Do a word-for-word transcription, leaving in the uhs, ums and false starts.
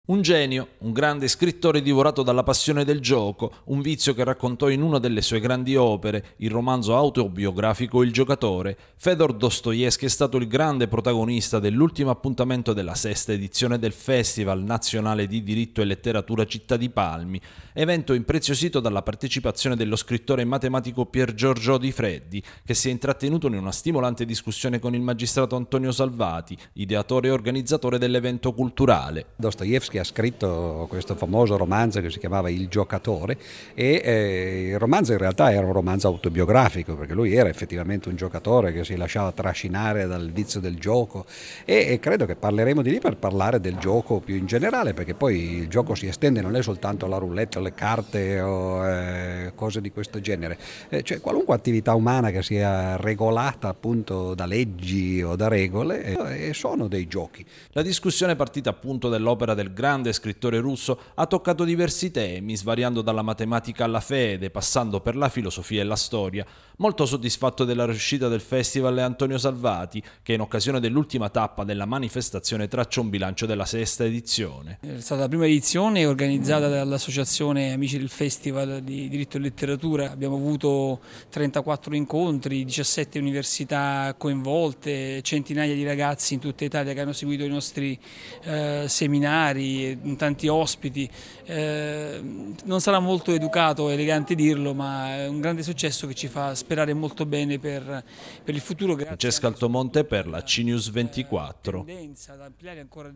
Un genio, un grande scrittore divorato dalla passione del gioco, un vizio che raccontò in una delle sue grandi opere, il romanzo autobiografico Il giocatore, Fëdor Dostoevskij è stato il grande protagonista dell'ultimo appuntamento della sesta edizione del Festival Nazionale di Diritto e Letteratura Città di Palmi, evento impreziosito dalla partecipazione dello scrittore e matematico Pier Giorgio Di Freddi, che si è intrattenuto in una stimolante discussione con il magistrato Antonio Salvati, ideatore e organizzatore dell'evento culturale. Dostoevskij ha scritto questo famoso romanzo che si chiamava Il giocatore e eh, il romanzo in realtà era un romanzo autobiografico, perché lui era effettivamente un giocatore che si lasciava trascinare dal vizio del gioco e, e credo che parleremo di lì per parlare del gioco più in generale, perché poi il gioco si estende, non è soltanto la roulette o le carte o eh, cose di questo genere, eh, cioè qualunque attività umana che sia regolata appunto da leggi o da regole eh, sono dei giochi. La discussione partita appunto dell'opera del grande scrittore russo ha toccato diversi temi, svariando dalla matematica alla fede, passando per la filosofia e la storia. Molto soddisfatto della riuscita del festival è Antonio Salvati, che in occasione dell'ultima tappa della manifestazione traccia un bilancio della sesta edizione. È stata la prima edizione organizzata dall'Associazione Amici del Festival di Diritto e Letteratura. Abbiamo avuto trentaquattro incontri, diciassette università coinvolte, centinaia di ragazzi in tutta Italia che hanno seguito i nostri eh, seminari, tanti ospiti. Eh, non sarà molto educato e elegante dirlo, ma è un grande successo che ci fa sperare molto bene per, per il futuro. Francesca Altomonte per la C News ventiquattro.